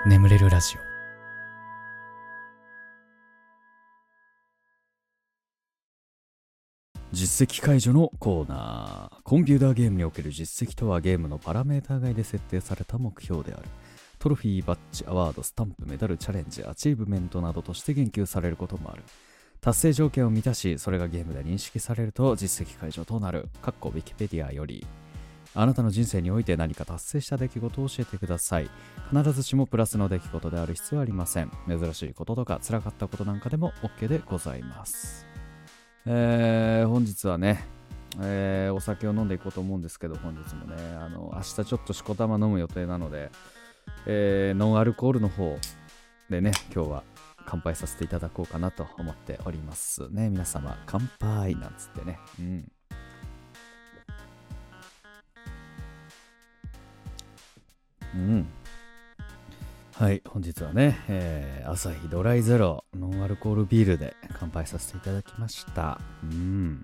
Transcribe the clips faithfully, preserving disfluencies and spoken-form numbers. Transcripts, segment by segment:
眠れるラジオ。実績解除のコーナー。コンピューターゲームにおける実績とはゲームのパラメータ外で設定された目標である。トロフィー、バッジ、アワード、スタンプ、メダル、チャレンジ、アチーブメントなどとして言及されることもある。達成条件を満たし、それがゲームで認識されると実績解除となる。かっこウィキペディアより。あなたの人生において何か達成した出来事を教えてください。必ずしもプラスの出来事である必要はありません。珍しいこととか辛かったことなんかでも OK でございます。えー、本日はね、えー、お酒を飲んでいこうと思うんですけど、本日もね、あの明日ちょっとしこたま飲む予定なので、えー、ノンアルコールの方でね、今日は乾杯させていただこうかなと思っておりますね。皆様乾杯なんつってね。うんうん。はい、本日はね、えー、アサヒドライゼロノンアルコールビールで乾杯させていただきました。うん、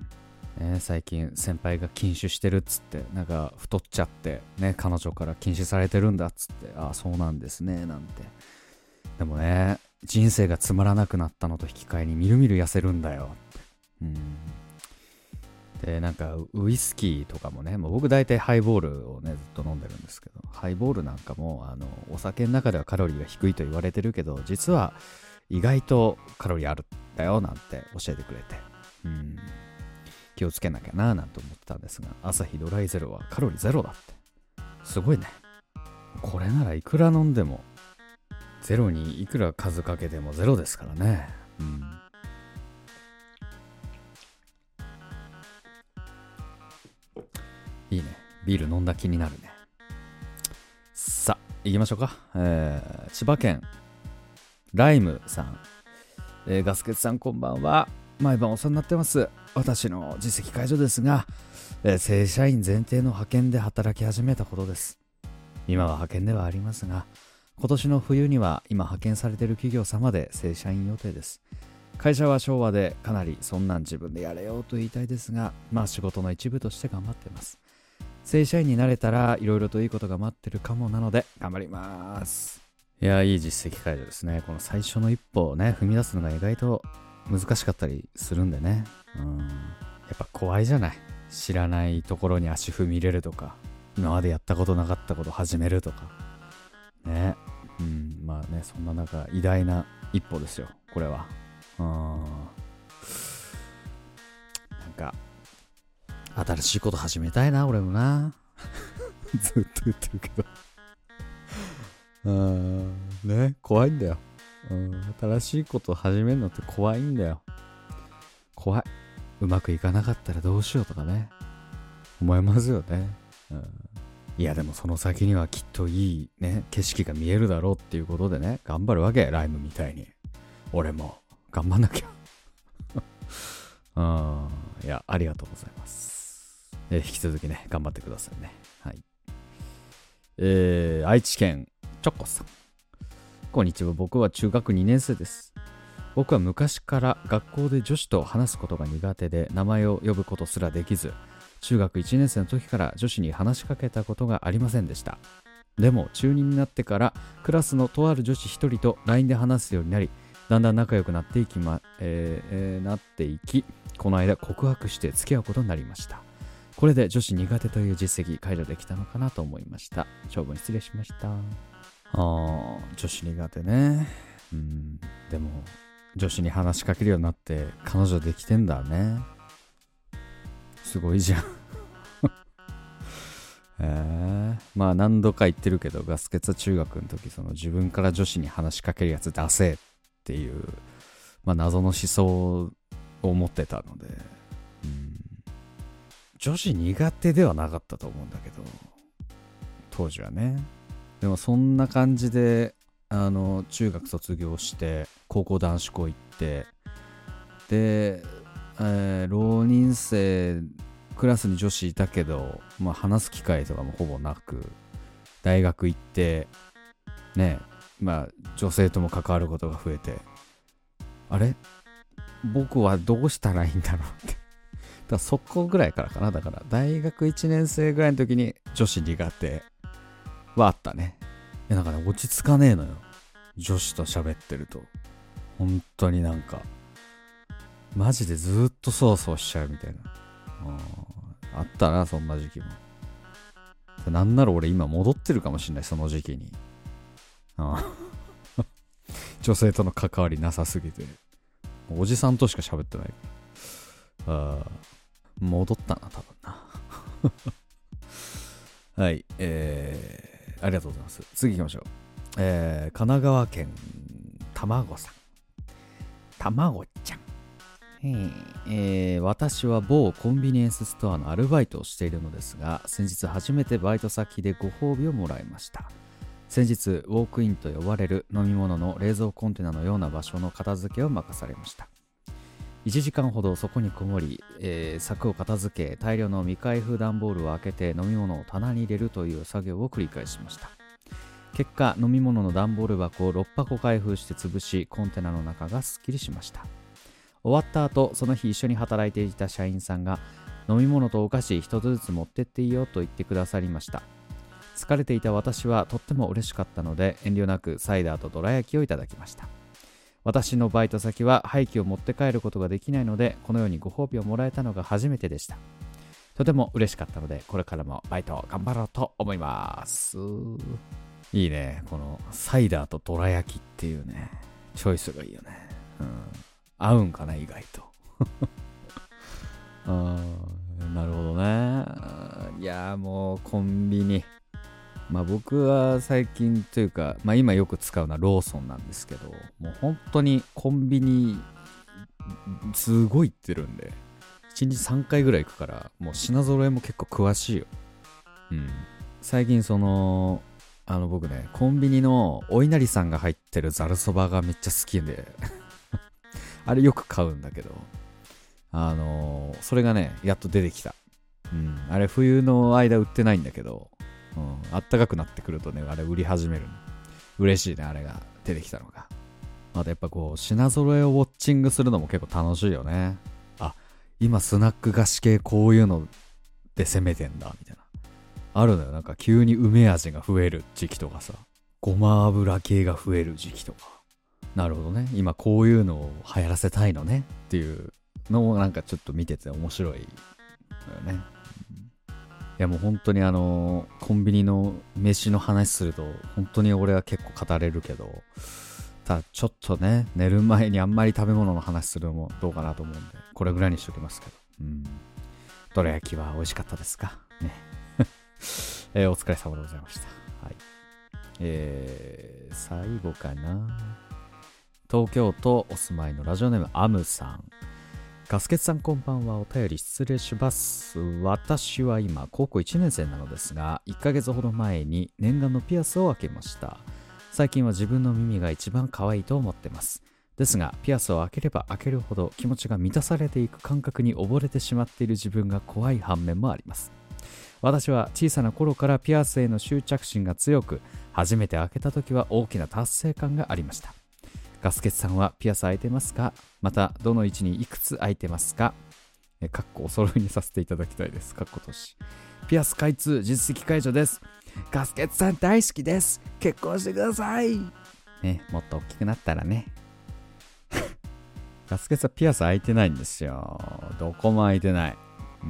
ね、最近先輩が禁酒してるっつって、なんか太っちゃってね、彼女から禁止されてるんだっつって、ああそうなんですねなんて。でもね、人生がつまらなくなったのと引き換えにみるみる痩せるんだよ。うんで、なんかウイスキーとかもね、もう僕大体ハイボールをねずっと飲んでるんですけど、ハイボールなんかもあのお酒の中ではカロリーが低いと言われてるけど、実は意外とカロリーあるんだよなんて教えてくれて、うん気をつけなきゃなーなんて思ってたんですが、アサヒドライゼロはカロリーゼロだって。すごいね。これならいくら飲んでもゼロにいくら数かけてもゼロですからね。うんいいね。ビール飲んだ気になるね。さあ、行きましょうか。えー、千葉県、ライムさん。えー、ガスケツさんこんばんは。毎晩お世話になってます。私の実績解除ですが、えー、正社員前提の派遣で働き始めたことです。今は派遣ではありますが、今年の冬には今派遣されている企業様で正社員予定です。会社は昭和でかなりそんなん自分でやれよと言いたいですが、まあ仕事の一部として頑張ってます。正社員になれたらいろいろといいことが待ってるかもなので頑張ります。いやいい実績解除ですね。この最初の一歩をね踏み出すのが意外と難しかったりするんでね。うんやっぱ怖いじゃない。知らないところに足踏み入れるとか、今までやったことなかったこと始めるとかね。うんまあね、そんな中偉大な一歩ですよこれは。うんなんか新しいこと始めたいな俺もなずっと言ってるけどうんね怖いんだよ。うん新しいこと始めるのって怖いんだよ。怖い。うまくいかなかったらどうしようとかね思いますよね。うんいやでもその先にはきっといいね景色が見えるだろうっていうことでね頑張るわけ。ライムみたいに俺も頑張んなきゃうんいやありがとうございます。え引き続きね頑張ってくださいね。はい。えー、愛知県チョコさんこんにちは。僕は中学にねん生です。僕は昔から学校で女子と話すことが苦手で名前を呼ぶことすらできず、中学いちねん生の時から女子に話しかけたことがありませんでした。でも中にになってからクラスのとある女子ひとりと ライン で話すようになり、だんだん仲良くなっていきま、えーえー、なっていき、この間告白して付き合うことになりました。これで女子苦手という実績解除できたのかなと思いました。長文失礼しました。あー女子苦手ね。うんでも女子に話しかけるようになって彼女できてんだね。すごいじゃんえー、まあ何度か言ってるけど、ガスケツは中学の時その自分から女子に話しかけるやつ出せっていう、まあ、謎の思想を持ってたので、うん、女子苦手ではなかったと思うんだけど当時はね。でもそんな感じであの中学卒業して高校男子校行ってで、えー、浪人生クラスに女子いたけど、まあ、話す機会とかもほぼなく、大学行ってね、まあ女性とも関わることが増えて、あれ僕はどうしたらいいんだろうってだからそこぐらいからかな。だから大学いちねん生ぐらいの時に女子苦手はあったね。いやなんかね落ち着かねえのよ。 女子と喋ってると本当になんかマジでずっとそわそわしちゃうみたいな。あったな、そんな時期も。なんなら俺今戻ってるかもしんない、その時期に。ああ女性との関わりなさすぎておじさんとしか喋ってない。あ戻ったな多分なはい、えー、ありがとうございます。次行きましょう。えー、神奈川県たまごさん、たまごちゃん。えー、私は某コンビニエンスストアのアルバイトをしているのですが、先日初めてバイト先でご褒美をもらいました。先日ウォークインと呼ばれる飲み物の冷蔵コンテナのような場所の片付けを任されました。いちじかんほどそこにこもり、えー、柵を片付け、大量の未開封段ボールを開けて飲み物を棚に入れるという作業を繰り返しました。結果、飲み物の段ボール箱をろっぱこ開封して潰し、コンテナの中がすっきりしました。終わった後、その日一緒に働いていた社員さんが、飲み物とお菓子一つずつ持ってっていいよと言ってくださりました。疲れていた私はとっても嬉しかったので、遠慮なくサイダーとどら焼きをいただきました。私のバイト先は廃棄を持って帰ることができないので、このようにご褒美をもらえたのが初めてでした。とても嬉しかったので、これからもバイトを頑張ろうと思います。いいね、このサイダーとどら焼きっていうね、チョイスがいいよね。うん、合うんかな、意外と。あなるほどね。いやもうコンビニ、まあ僕は最近というか、まあ今よく使うのはローソンなんですけど、もう本当にコンビニすごい行ってるんで、いちにちさんかいぐらい行くから、もう品揃えも結構詳しいよ。うん。最近そのあの僕ね、コンビニのお稲荷さんが入ってるざるそばがめっちゃ好きであれよく買うんだけど、あのー、それがねやっと出てきた。うん、あれ冬の間売ってないんだけど、うん、あったかくなってくるとね、あれ売り始める。嬉しいね、あれが出てきたのが。あとやっぱこう品揃えをウォッチングするのも結構楽しいよね。あ、今スナック菓子系こういうので攻めてんだみたいな。あるのよ、なんか急に梅味が増える時期とかさ、ごま油系が増える時期とか。なるほどね、今こういうのを流行らせたいのねっていうのもなんかちょっと見てて面白いのよね。いやもう本当にあのー、コンビニの飯の話すると本当に俺は結構語れるけど、ただちょっとね、寝る前にあんまり食べ物の話するのもどうかなと思うんで、これぐらいにしときますけど、うん、どら焼きは美味しかったですかねえー、お疲れ様でございました。はい、えー、最後かな。東京都お住まいのラジオネームアムさん。ガスケツさんこんばんは。お便り失礼します。私は今高校いちねん生なのですが、いっかげつほど前に念願のピアスを開けました。最近は自分の耳が一番可愛いと思ってます。ですがピアスを開ければ開けるほど気持ちが満たされていく感覚に溺れてしまっている自分が怖い反面もあります。私は小さな頃からピアスへの執着心が強く、初めて開けた時は大きな達成感がありました。ガスケツさんはピアス開いてますか？またどの位置にいくつ開いてますか？えかっこお揃いにさせていただきたいです。かっことし。ピアス開通実績解除です。ガスケツさん大好きです。結婚してください。ね、もっと大きくなったらね。ガスケツはピアス開いてないんですよ。どこも開いてない。うん。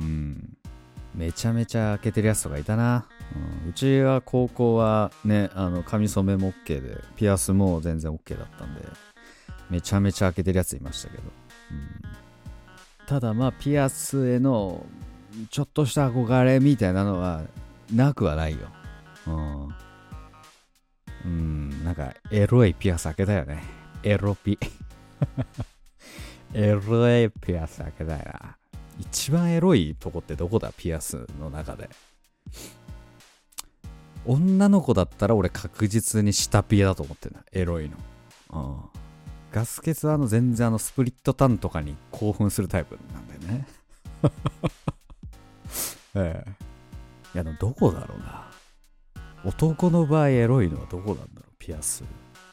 めちゃめちゃ開けてるやつとかいたな。うん、うちは高校はね、あの髪染めも OK で、ピアスも全然 OK だったんで、めちゃめちゃ開けてるやついましたけど、うん、ただまあピアスへのちょっとした憧れみたいなのはなくはないよ。うん、うん、なんかエロいピアス開けたよね。エロピエロいピアス開けたよな。一番エロいとこってどこだ？ピアスの中で。女の子だったら俺確実に下ピエだと思ってるな、エロいの。うん、ガスケツはあの全然あのスプリットタンとかに興奮するタイプなんだよね。ええ。いやでもどこだろうな。男の場合エロいのはどこなんだろう、ピアス。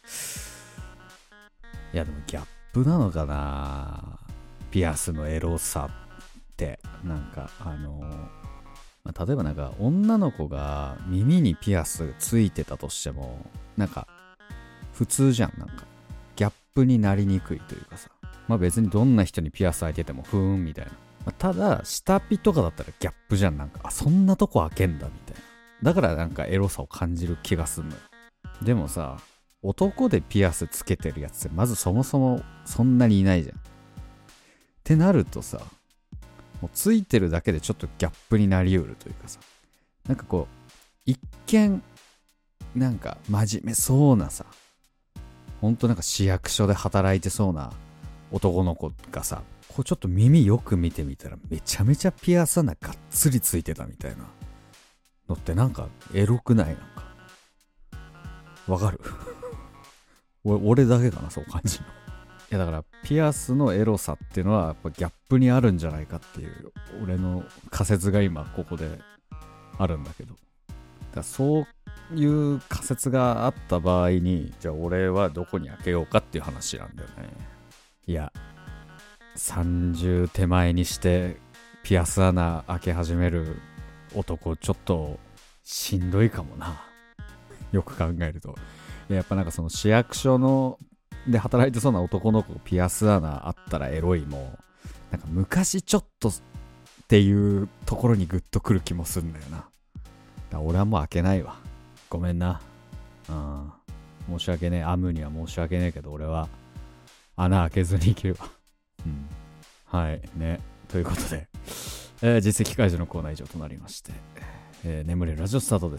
いやでもギャップなのかな、ピアスのエロさって。なんかあのまあ、例えばなんか女の子が耳にピアスついてたとしても、なんか普通じゃん。なんかギャップになりにくいというかさ、まあ別にどんな人にピアス開いててもふーんみたいな、まあ、ただ下ピとかだったらギャップじゃん。なんかあそんなとこ開けんだみたいな。だからなんかエロさを感じる気がするのよ。でもさ、男でピアスつけてるやつってまずそもそもそんなにいないじゃん。ってなるとさ、もうついてるだけでちょっとギャップになりうるというかさ、なんかこう一見なんか真面目そうなさ、ほんとなんか市役所で働いてそうな男の子がさ、こうちょっと耳よく見てみたらめちゃめちゃピアス穴がっつりついてたみたいなのってなんかエロくない？なんかわかる？俺だけかな、そう感じるの。いやだからピアスのエロさっていうのはやっぱギャップにあるんじゃないかっていう俺の仮説が今ここであるんだけど、だからそういう仮説があった場合に、じゃあ俺はどこに開けようかっていう話なんだよね。いやさんじゅう手前にしてピアス穴開け始める男ちょっとしんどいかもな、よく考えると。いややっぱなんかその市役所ので働いてそうな男の子ピアス穴あったらエロいもなんか昔ちょっとっていうところにグッとくる気もするんだよな。だから俺はもう開けないわ、ごめんな。うん、申し訳ねえ、アムには申し訳ねえけど俺は穴開けずにいけるわ。うん、はいね。ということで、えー、実績解除のコーナー以上となりまして、えー、眠れるラジオスタートです。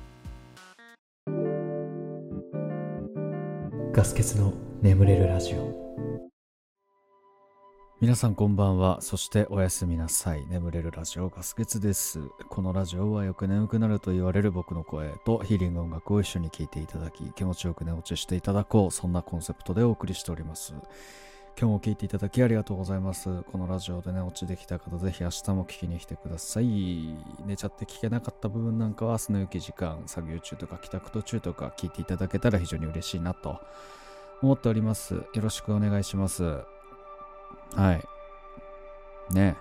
ガス欠の眠れるラジオ。皆さんこんばんは、そしておやすみなさい。眠れるラジオガス欠です。このラジオはよく眠くなると言われる僕の声とヒーリング音楽を一緒に聴いていただき、気持ちよく寝落ちしていただこう、そんなコンセプトでお送りしております。今日も聴いていただきありがとうございます。このラジオで寝落ちできた方、ぜひ明日も聞きに来てください。寝ちゃって聞けなかった部分なんかは明日の雪時間、作業中とか帰宅途中とか聞いていただけたら非常に嬉しいなと思っております。よろしくお願いします。はいね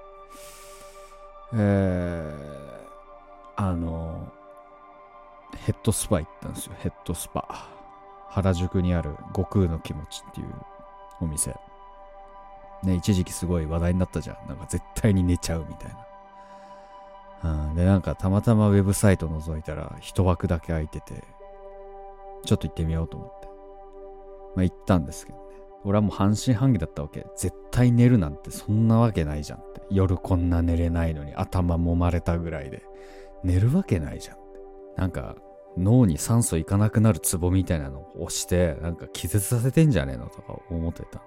えー、あのヘッドスパ行ったんですよ。ヘッドスパ、原宿にある悟空の気持ちっていうお店ね、一時期すごい話題になったじゃん。なんか絶対に寝ちゃうみたいな、うん、でなんかたまたまウェブサイト覗いたら一枠だけ空いてて、ちょっと行ってみようと思って、まあ行ったんですけどね、俺はもう半信半疑だったわけ。絶対寝るなんてそんなわけないじゃんって。夜こんな寝れないのに頭揉まれたぐらいで寝るわけないじゃんって。なんか脳に酸素いかなくなるツボみたいなのを押してなんか気絶させてんじゃねえのとか思ってた。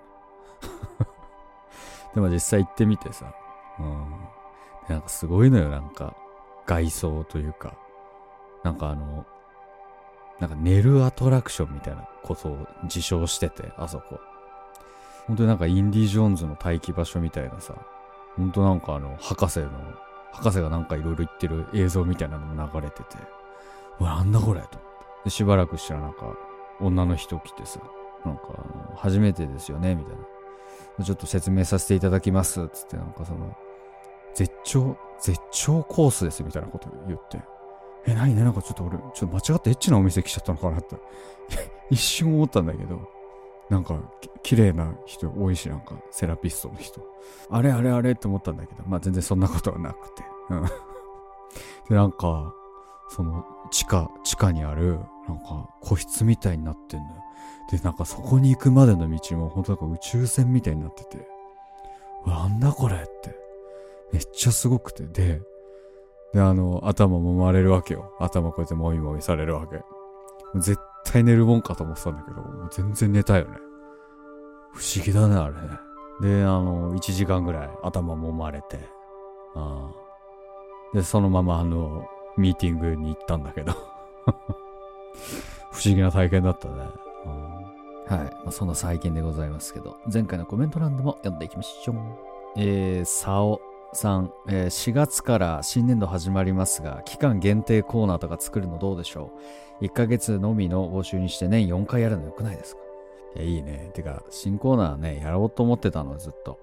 でも実際行ってみてさ、うん、なんかすごいのよ。なんか外装というか、なんかあのなんか寝るアトラクションみたいなことを自称してて、あそこ本当になんかインディ・ジョーンズの待機場所みたいなさ、本当なんかあの博士の博士がなんかいろいろ言ってる映像みたいなのも流れてて、うわなんだこれと思って。でしばらくしたらなんか女の人来てさ、なんかあの初めてですよねみたいな、ちょっと説明させていただきますっつって、なんかその絶頂絶頂コースですみたいなこと言って、え何ね、なんかちょっと俺ちょっと間違ってエッチなお店来ちゃったのかなって一瞬思ったんだけど、なんか綺麗な人多いし、なんかセラピストの人、あれあれあれって思ったんだけど、まあ全然そんなことはなくて、うん、でなんかその地下地下にあるなんか個室みたいになってんのよ。でなんかそこに行くまでの道も本当なんか宇宙船みたいになってて、うわなんだこれってめっちゃすごくて、でであの頭揉まれるわけよ。頭こうやってもみもみされるわけ。絶対寝るもんかと思ってたんだけど、もう全然寝たよね。不思議だねあれね。であのいちじかんぐらい頭揉まれて、あでそのままあのミーティングに行ったんだけど不思議な体験だったね。はい、まあ、そんな最近でございますけど、前回のコメント欄でも読んでいきましょう。えー、さおさん、えー、しがつから新年度始まりますが、期間限定コーナーとか作るのどうでしょう。いっかげつのみの募集にして年よんかいやるのよくないですか。いやいいね。てか新コーナーねやろうと思ってたのずっと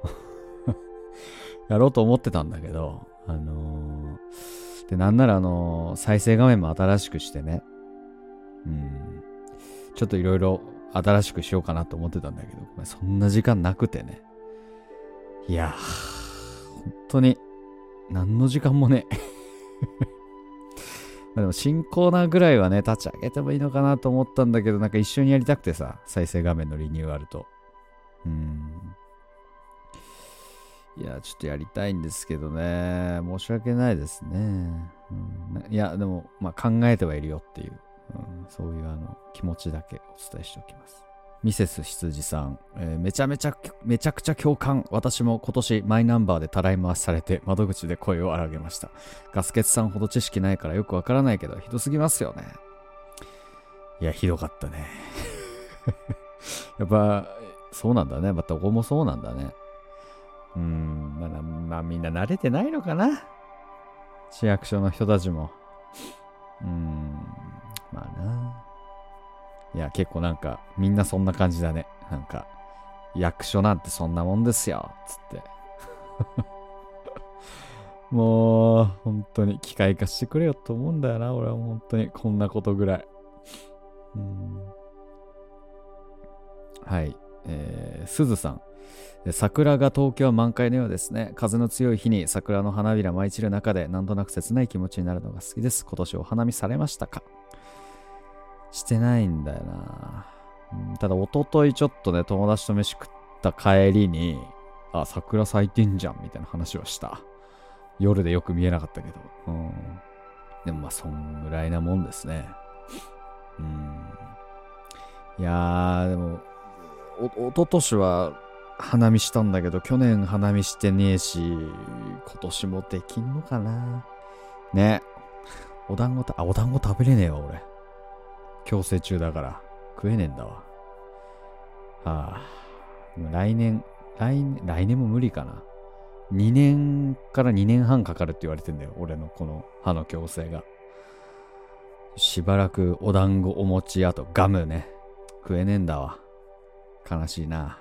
やろうと思ってたんだけど、あのー、でなんならあのー、再生画面も新しくしてね、うんちょっといろいろ新しくしようかなと思ってたんだけど、そんな時間なくてね。いやー、本当に何の時間もね。でも新コーナーぐらいはね、立ち上げてもいいのかなと思ったんだけど、なんか一緒にやりたくてさ、再生画面のリニューアルと。うーん。いや、ちょっとやりたいんですけどね。申し訳ないですね。うん、いや、でも、まあ、考えてはいるよっていう、うん、そういうあの気持ちだけお伝えしておきます。ミセス羊さん、えー、めちゃめちゃ、めちゃくちゃ共感。私も今年マイナンバーでたらい回しされて窓口で声を荒げました。ガスケツさんほど知識ないからよくわからないけど、ひどすぎますよね。いや、ひどかったね。やっぱ、そうなんだね。またここもそうなんだね。うーん、まあ、まあ、みんな慣れてないのかな。市役所の人たちも。うーん、まあな。いや、結構なんか、みんなそんな感じだね。なんか、役所なんてそんなもんですよ、つって。もう、本当に機械化してくれよと思うんだよな、俺は本当に、こんなことぐらい。うーん。はい。えー、すずさん。桜が東京は満開のようですね。風の強い日に桜の花びら舞い散る中でなんとなく切ない気持ちになるのが好きです。今年お花見されましたか？してないんだよな。うん、ただ一昨日ちょっとね、友達と飯食った帰りに、あ、桜咲いてんじゃんみたいな話をした。夜でよく見えなかったけど。うん、でもまあそんぐらいなもんですね。うん、いやー、でも、お、一昨年は花見したんだけど、去年花見してねえし、今年もできんのかな。ね。お団子た、あ、お団子食べれねえわ、俺。強制中だから。食えねえんだわ。はあ。来年、来年、来年も無理かな。にねんからにねんはんかかるって言われてんだよ。俺のこの歯の矯正が。しばらくお団子、お餅、あとガムね。食えねえんだわ。悲しいな。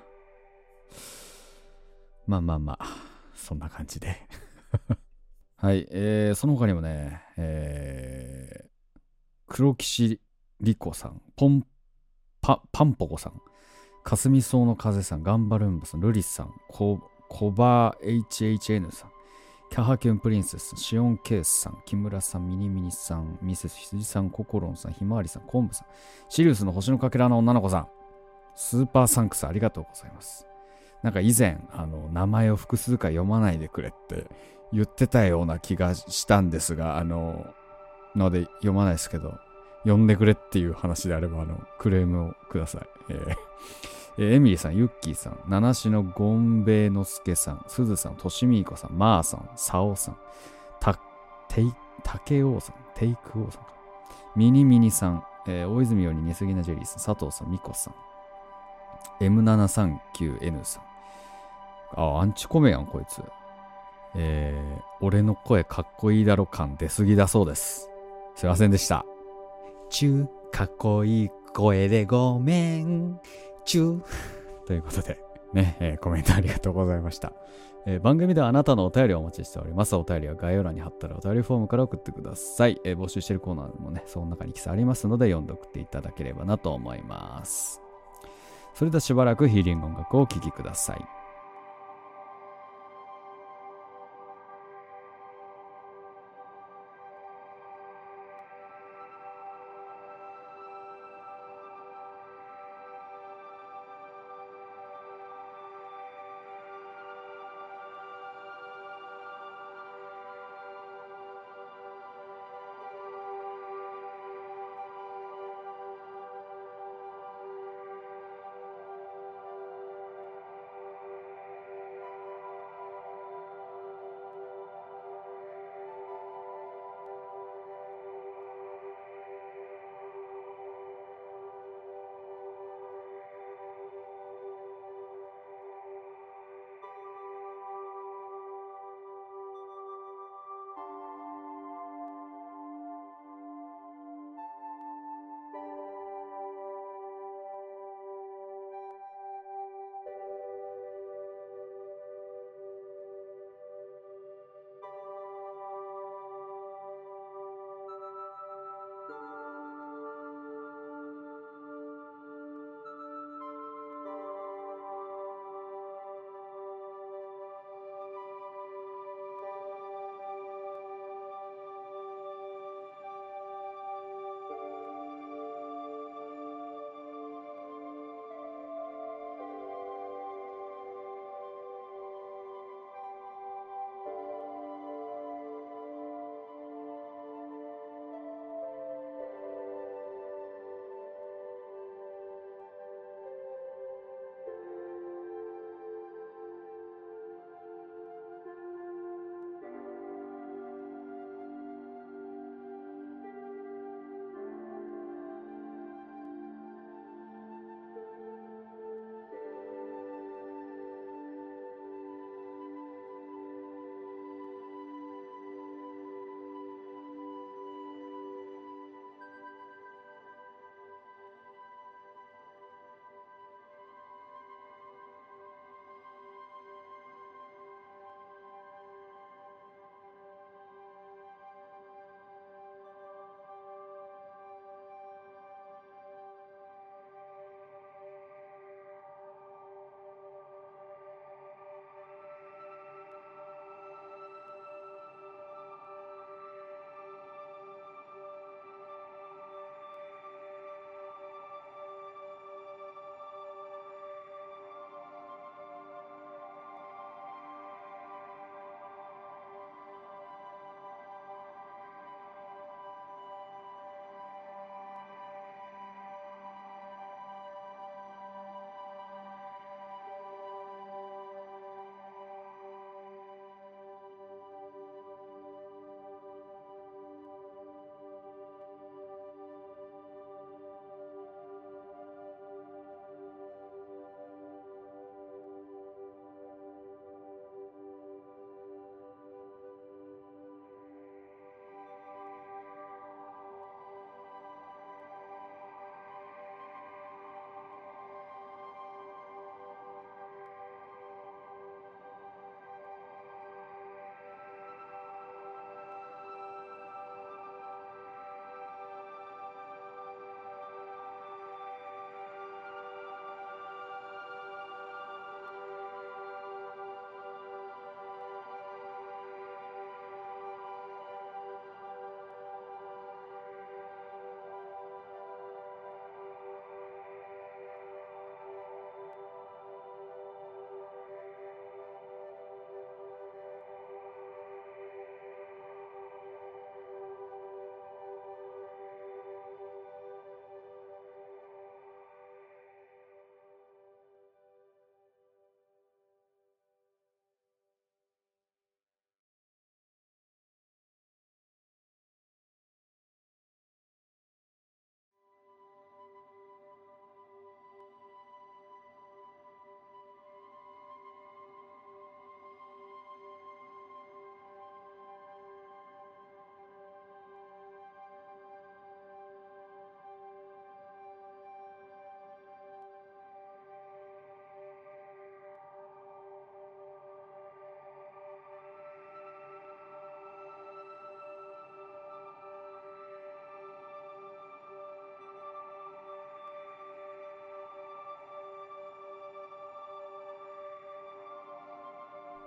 まあまあまあ、そんな感じで。はい、えー、その他にもね、えー、黒騎士リコさん、ポンパ、パンポコさん、かすみそうの風さん、ガンバルンバさん、ルリスさん、ココバ エイチエイチエヌ さん、キャハキュンプリンセス、シオンケースさん、木村さん、ミニミニさん、ミセス羊さん、ココロンさん、ひまわりさん、コンブさん、シリウスの星のかけらの女の子さん、スーパーサンクスありがとうございます。なんか以前、あの、名前を複数回読まないでくれって言ってたような気がしたんですが、あの、ので読まないですけど、読んでくれっていう話であれば、あの、クレームをください。えーえーエミリーさん、ユッキーさん、七種のゴンベイノスケさん、すずさん、としみいこさん、まーさん、さおさん、た、てい、たけおうさん、テイクオーさん、ミニミニさん、えー大泉より似すぎなジェリーさん、佐藤さん、みこさん、エムななさんきゅうエヌ さん、あ、アンチコメやん、こいつ。えー、俺の声かっこいいだろ感出すぎだそうです。すいませんでした。チュー、かっこいい声でごめん。チュー。ということで、ね、えー、コメントありがとうございました。えー、番組ではあなたのお便りをお待ちしております。お便りは概要欄に貼ったらお便りフォームから送ってください。えー、募集しているコーナーもね、その中に記載ありますので読んで送っていただければなと思います。それではしばらくヒーリング音楽をお聴きください。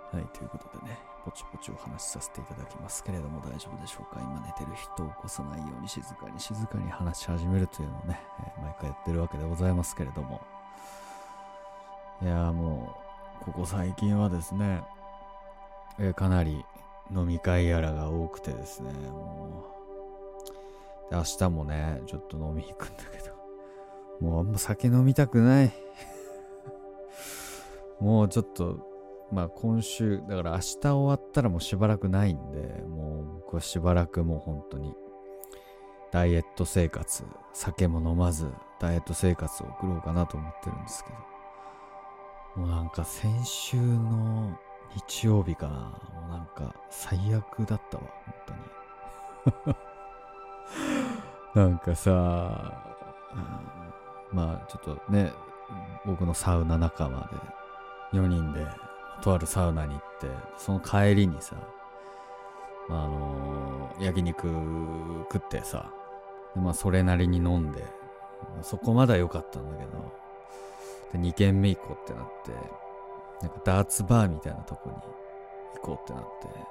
はい、ということでね、ポチポチお話しさせていただきますけれども、大丈夫でしょうか。今寝てる人を起こさないように静かに静かに話し始めるというのをね、えー毎回やってるわけでございますけれども、いやーもうここ最近はですね、えーかなり飲み会やらが多くてですね、もうで明日もねちょっと飲み行くんだけど、もうあんま酒飲みたくないもうちょっとまあ今週だから明日終わったらもうしばらくないんで、もう僕はしばらくもう本当にダイエット生活、酒も飲まずダイエット生活を送ろうかなと思ってるんですけど、もうなんか先週の日曜日かな、もうなんか最悪だったわ本当になんかさ、うん、まあちょっとね僕のサウナ仲間でよにんでとあるサウナに行って、その帰りにさ、あのー、焼肉食ってさ、でまあそれなりに飲んで、そこまでは良かったんだけど、でに軒目行こうってなって、なんかダーツバーみたいなとこに行こうってなって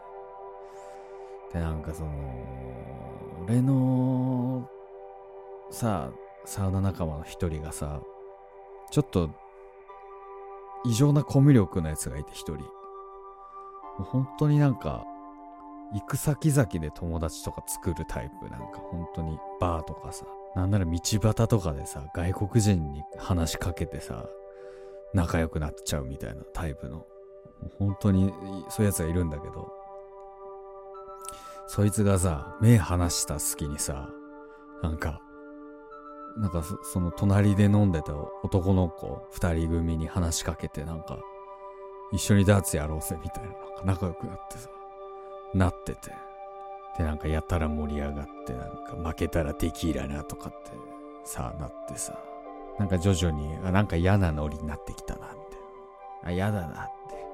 、でなんかその俺のさサウナ仲間の一人がさ、ちょっと異常なコミュ力のやつがいて一人、もう本当になんか行く先々で友達とか作るタイプ、なんか本当にバーとかさ、なんなら道端とかでさ外国人に話しかけてさ仲良くなっちゃうみたいなタイプの、本当にそういうやつがいるんだけど、そいつがさ目離した隙にさ、なんかなんか そ, その隣で飲んでた男の子二人組に話しかけて、なんか一緒にダーツやろうぜみたいな、なんか仲良くなってさなってて、でなんかやたら盛り上がって、なんか負けたらテキーラなとかってさなってさ、なんか徐々にあなんか嫌なノリになってきたなみたいな、あ嫌だな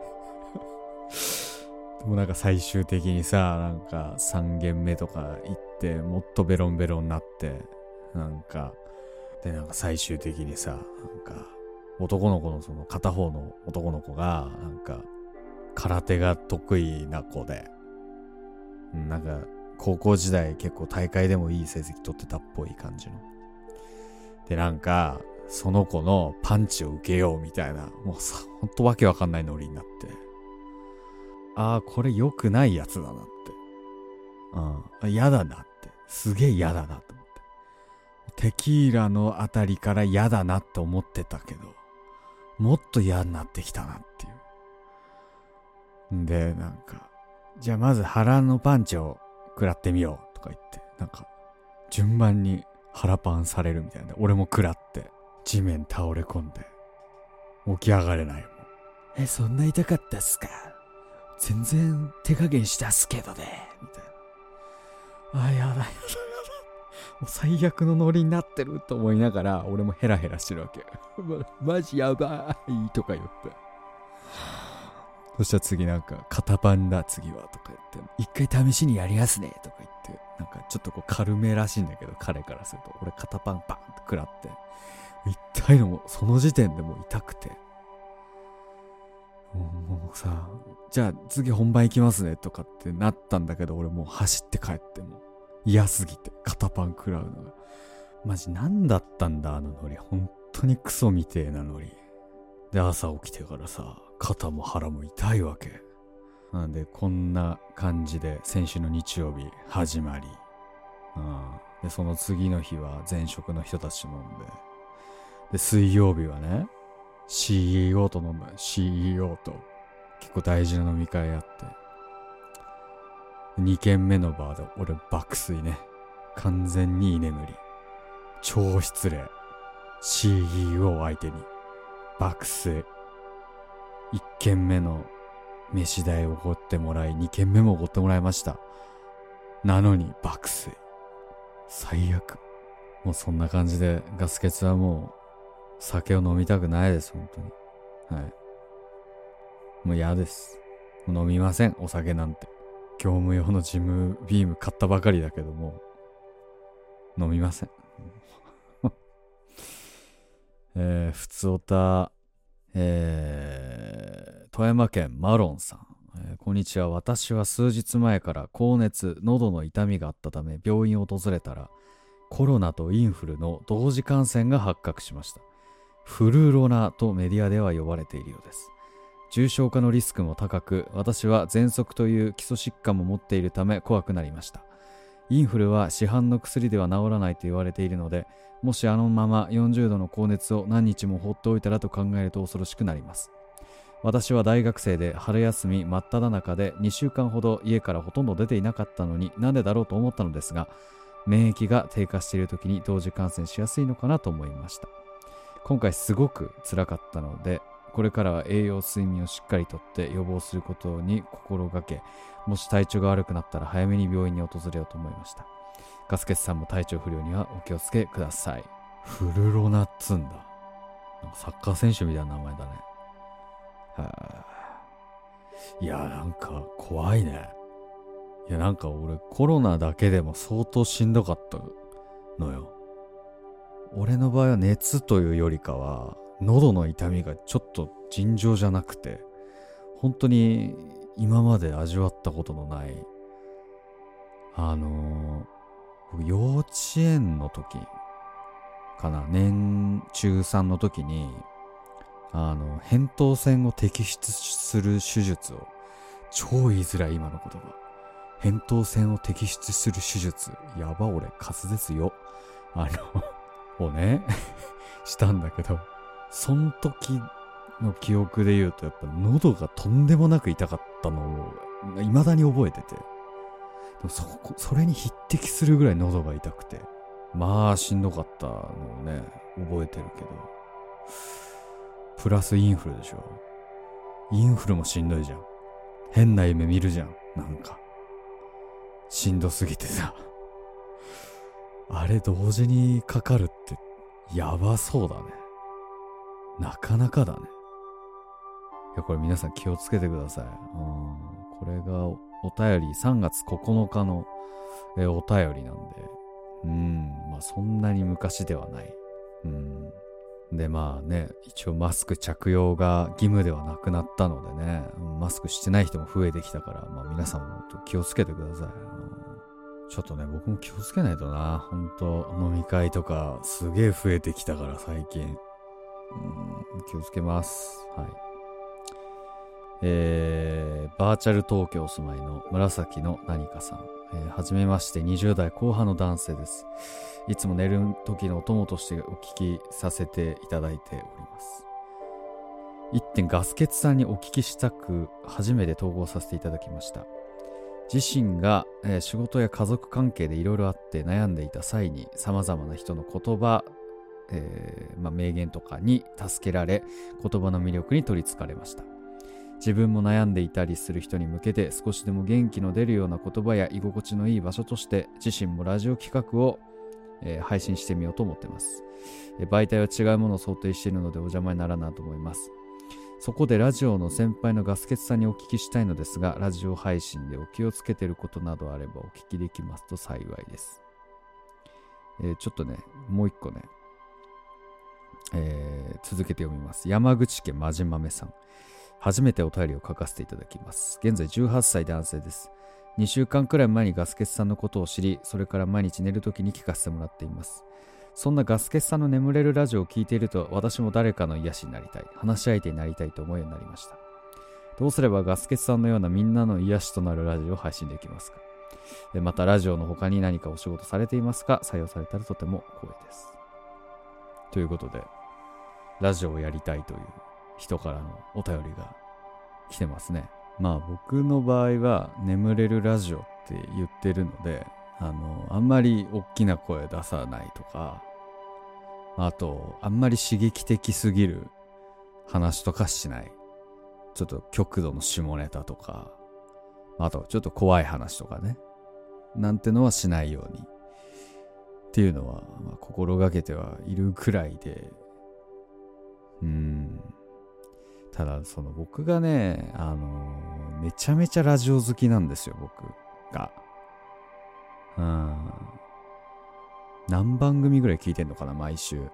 ってでもなんか最終的にさ、なんかさん軒目とか行ってもっとベロンベロンになって、なんかでなんか最終的にさ、なんか男の子のその片方の男の子がなんか空手が得意な子で、なんか高校時代結構大会でもいい成績取ってたっぽい感じので、なんかその子のパンチを受けようみたいな、もうさほんとわけわかんないノリになって、ああこれ良くないやつだなって、うん嫌だなって、すげえ嫌だなと思って、テキーラのあたりから嫌だなって思ってたけど、もっと嫌になってきたなっていう。んで、なんか、じゃあまず腹のパンチを食らってみようとか言って、なんか、順番に腹パンされるみたいな。俺も食らって、地面倒れ込んで、起き上がれないもん。え、そんな痛かったっすか？全然手加減したっすけどね。みたいな。あ、やだやだ。もう最悪のノリになってると思いながら、俺もヘラヘラしてるわけ。ま、マジやばいとか言って。そしたら次なんか、肩パンだ次はとか言って、一回試しにやりますねとか言って、なんかちょっとこう軽めらしいんだけど、彼からすると、俺肩パンバンって食らって、痛いのも、その時点でもう痛くて。もう、もうさ、じゃあ次本番行きますねとかってなったんだけど、俺もう走って帰っても嫌すぎて肩パン食らうのがマジ何だったんだあのノリ、本当にクソみてえなノリで、朝起きてからさ肩も腹も痛いわけなんで、こんな感じで先週の日曜日始まり、うん、でその次の日は前職の人たち飲んで、で水曜日はね シーイーオー と飲む シーイーオー と結構大事な飲み会あって、に軒目のバーで俺爆睡ね、完全に居眠り、超失礼、 シーイーオー 相手に爆睡、いっ軒目の飯代をおごってもらい、に軒目もおごってもらいました。なのに爆睡、最悪。もうそんな感じでガス欠はもう酒を飲みたくないです、本当に。はい、もう嫌です。もう飲みません、お酒なんて。業務用のジムビーム買ったばかりだけども飲みませんえー、ふつおた、えー、富山県マロンさん、 えーこんにちは。私は数日前から高熱、喉の痛みがあったため病院を訪れたら、コロナとインフルの同時感染が発覚しました。フルロナとメディアでは呼ばれているようです。重症化のリスクも高く、私は喘息という基礎疾患も持っているため怖くなりました。インフルは市販の薬では治らないと言われているので、もしあのままよんじゅうどの高熱を何日も放っておいたらと考えると恐ろしくなります。私は大学生で春休み真っ只中でにしゅうかんほど家からほとんど出ていなかったのになんでだろうと思ったのですが、免疫が低下している時に同時感染しやすいのかなと思いました。今回すごく辛かったので、これからは栄養睡眠をしっかりとって予防することに心がけ、もし体調が悪くなったら早めに病院に訪れようと思いました。ガスケツさんも体調不良にはお気をつけください。フルロナっつんだ。なんかサッカー選手みたいな名前だね。はあ、いやなんか怖いね。いやなんか俺コロナだけでも相当しんどかったのよ。俺の場合は熱というよりかは喉の痛みがちょっと尋常じゃなくて、本当に今まで味わったことのない、あのー、幼稚園の時かな、年中さんの時にあの扁桃腺を摘出する手術を、超言いづらい今の言葉、扁桃腺を摘出する手術、やば俺滑舌よ、あのをねしたんだけど、その時の記憶で言うとやっぱ喉がとんでもなく痛かったのを未だに覚えてて、でも そ, それに匹敵するぐらい喉が痛くて、まあしんどかったのをね覚えてるけど、プラスインフルでしょ。インフルもしんどいじゃん。変な夢見るじゃん。なんかしんどすぎてさ、あれ同時にかかるってやばそうだね。なかなかだね。いやこれ皆さん気をつけてください。うん、これが お, お便りさんがつここのかのえお便りなんで、うんまあそんなに昔ではない。うんでまあね、一応マスク着用が義務ではなくなったのでね、マスクしてない人も増えてきたから、まあ皆さんも気をつけてください。ちょっとね僕も気をつけないとな。ほんと飲み会とかすげえ増えてきたから最近、うん、気をつけます。はい。えー、バーチャル東京お住まいの紫の何かさん、えー、はじめましてにじゅう代後半の男性です。いつも寝る時のお供としてお聞きさせていただいております。一点ガスケツさんにお聞きしたく初めて投稿させていただきました。自身が、えー、仕事や家族関係でいろいろあって悩んでいた際に様々な人の言葉、えーまあ、名言とかに助けられ、言葉の魅力に取りつかれました。自分も悩んでいたりする人に向けて少しでも元気の出るような言葉や居心地のいい場所として自身もラジオ企画を、えー、配信してみようと思っています。えー、媒体は違うものを想定しているのでお邪魔にならないと思います。そこでラジオの先輩のガスケツさんにお聞きしたいのですが、ラジオ配信でお気をつけていることなどあればお聞きできますと幸いです。えー、ちょっとねもう一個ね、えー、続けて読みます。山口県まじまめさん、初めてお便りを書かせていただきます。現在じゅうはっさい男性です。にしゅうかんくらい前にガスケツさんのことを知り、それから毎日寝るときに聞かせてもらっています。そんなガスケツさんの眠れるラジオを聞いていると、私も誰かの癒しになりたい、話し相手になりたいと思うようになりました。どうすればガスケツさんのようなみんなの癒しとなるラジオを配信できますか？またラジオの他に何かお仕事されていますか？採用されたらとても光栄です。ということで、ラジオをやりたいという人からのお便りが来てますね。まあ僕の場合は眠れるラジオって言ってるので、あのあんまり大きな声出さないとか、あとあんまり刺激的すぎる話とかしない、ちょっと極度の下ネタとか、あとちょっと怖い話とかね、なんてのはしないようにっていうのは、まあ、心がけてはいるくらいで、うーんただその僕がね、あのー、めちゃめちゃラジオ好きなんですよ、僕が。うん。何番組ぐらい聞いてんのかな、毎週。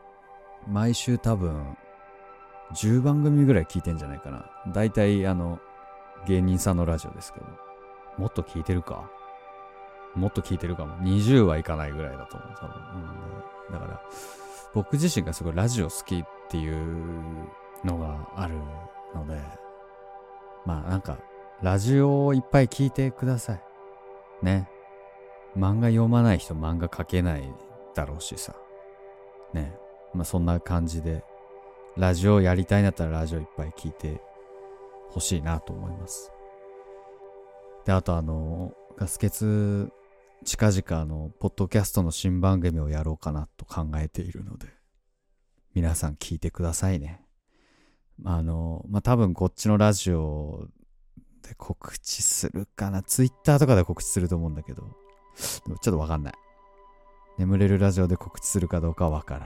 毎週多分じゅうばんぐみぐらい聞いてんじゃないかな。だいたいあの芸人さんのラジオですけど、もっと聞いてるかもっと聞いてるかも。にじゅうはいかないぐらいだと思う、多分。うん、だから、僕自身がすごいラジオ好きっていうのがあるので、まあなんか、ラジオをいっぱい聞いてください。ね。漫画読まない人漫画描けないだろうしさ。ね。まあそんな感じで、ラジオやりたいんだったらラジオいっぱい聞いてほしいなと思います。で、あとあの、ガスケツ、近々あの、ポッドキャストの新番組をやろうかなと考えているので、皆さん聞いてくださいね。あの、まあ、多分こっちのラジオで告知するかな。ツイッターとかで告知すると思うんだけど、でもちょっとわかんない。眠れるラジオで告知するかどうかはわからない。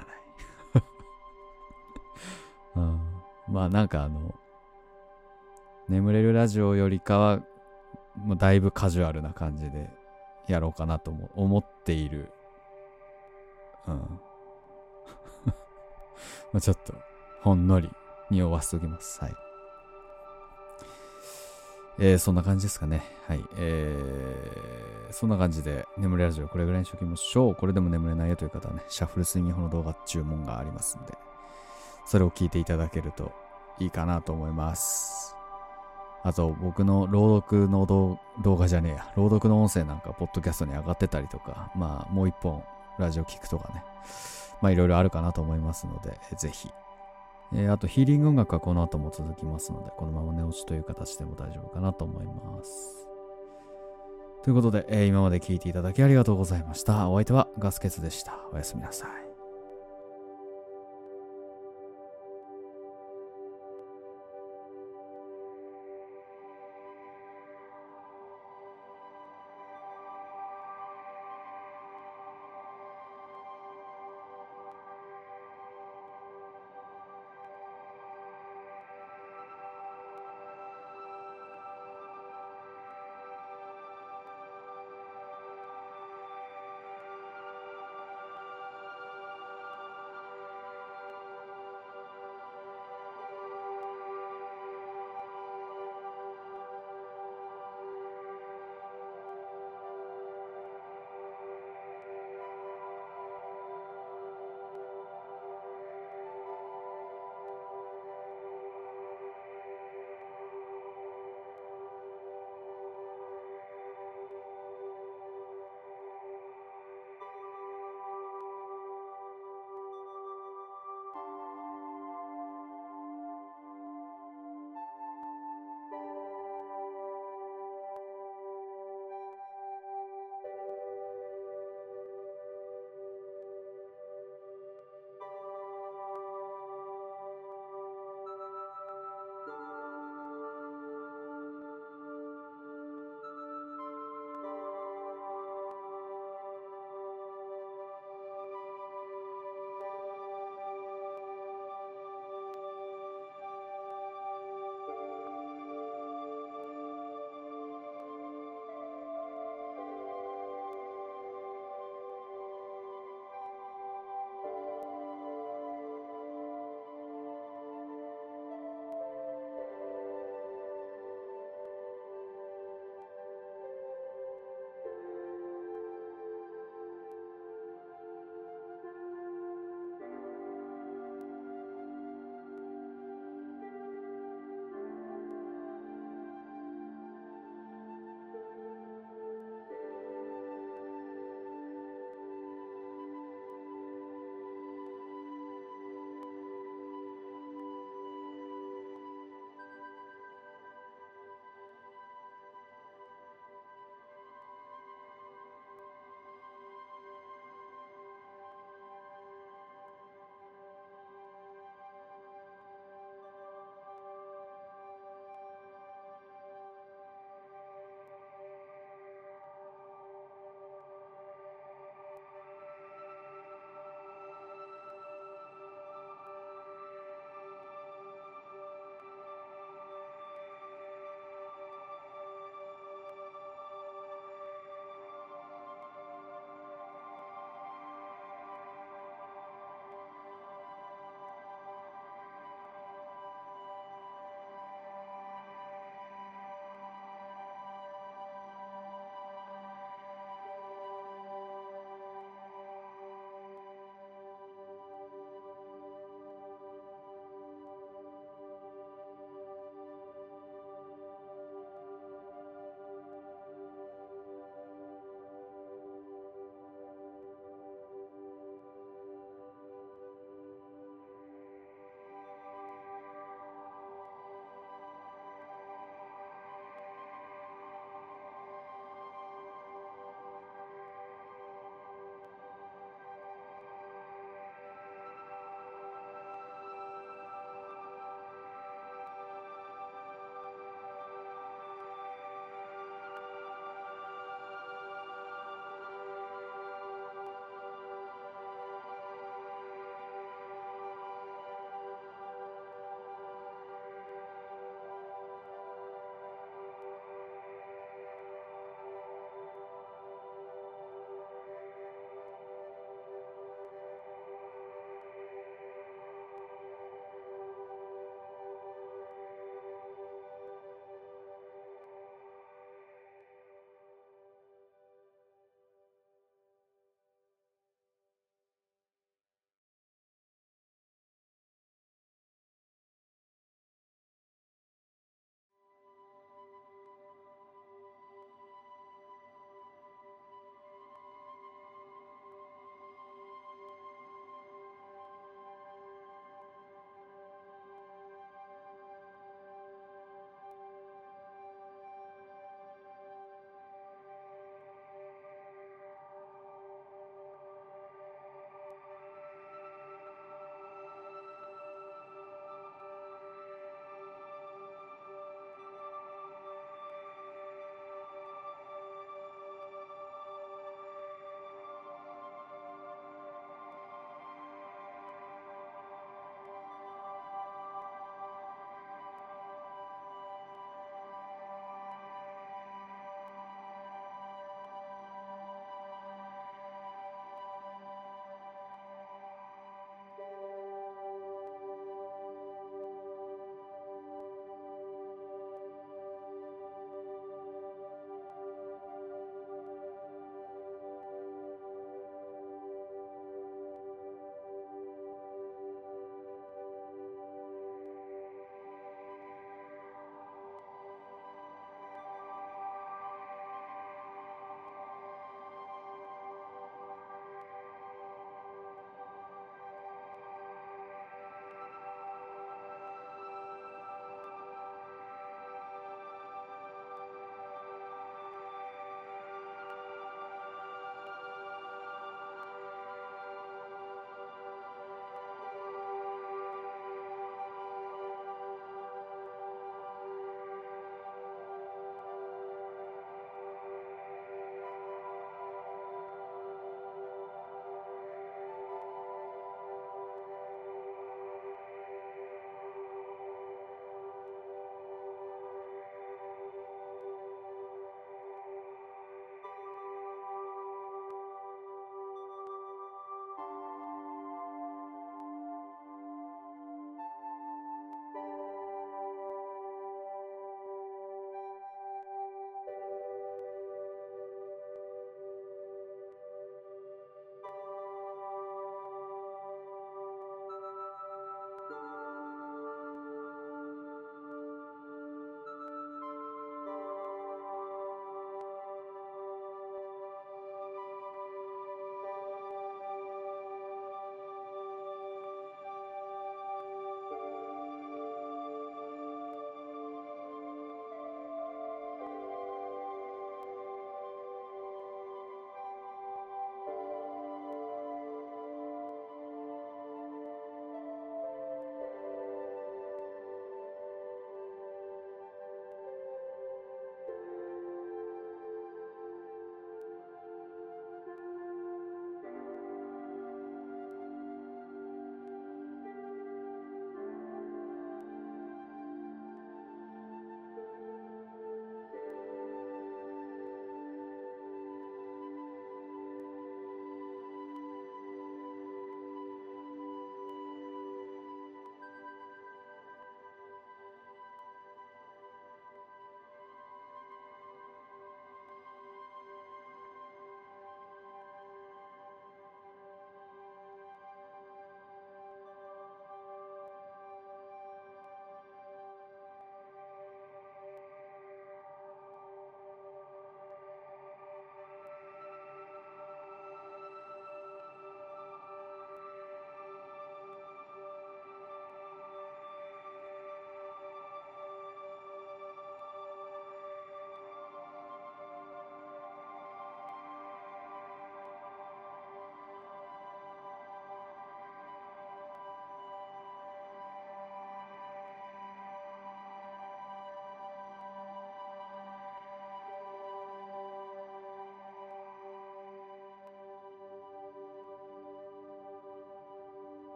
うん、まあなんかあの、眠れるラジオよりかは、もうだいぶカジュアルな感じでやろうかなとも思っている。うん。まあちょっと、ほんのり匂わせておきます。はい。えー、そんな感じですかね。はい。えー、そんな感じで、眠れラジオこれぐらいにしときましょう。これでも眠れないよという方はね、シャッフル睡眠法の動画注文がありますんで、それを聞いていただけるといいかなと思います。あと、僕の朗読の動画じゃねえや、朗読の音声なんか、ポッドキャストに上がってたりとか、まあ、もう一本、ラジオ聞くとかね、まあ、いろいろあるかなと思いますので、ぜひ。えー、あと、ヒーリング音楽はこの後も続きますので、このまま寝落ちという形でも大丈夫かなと思います。ということで、えー、今まで聞いていただきありがとうございました。お相手はガスケツでした。おやすみなさい。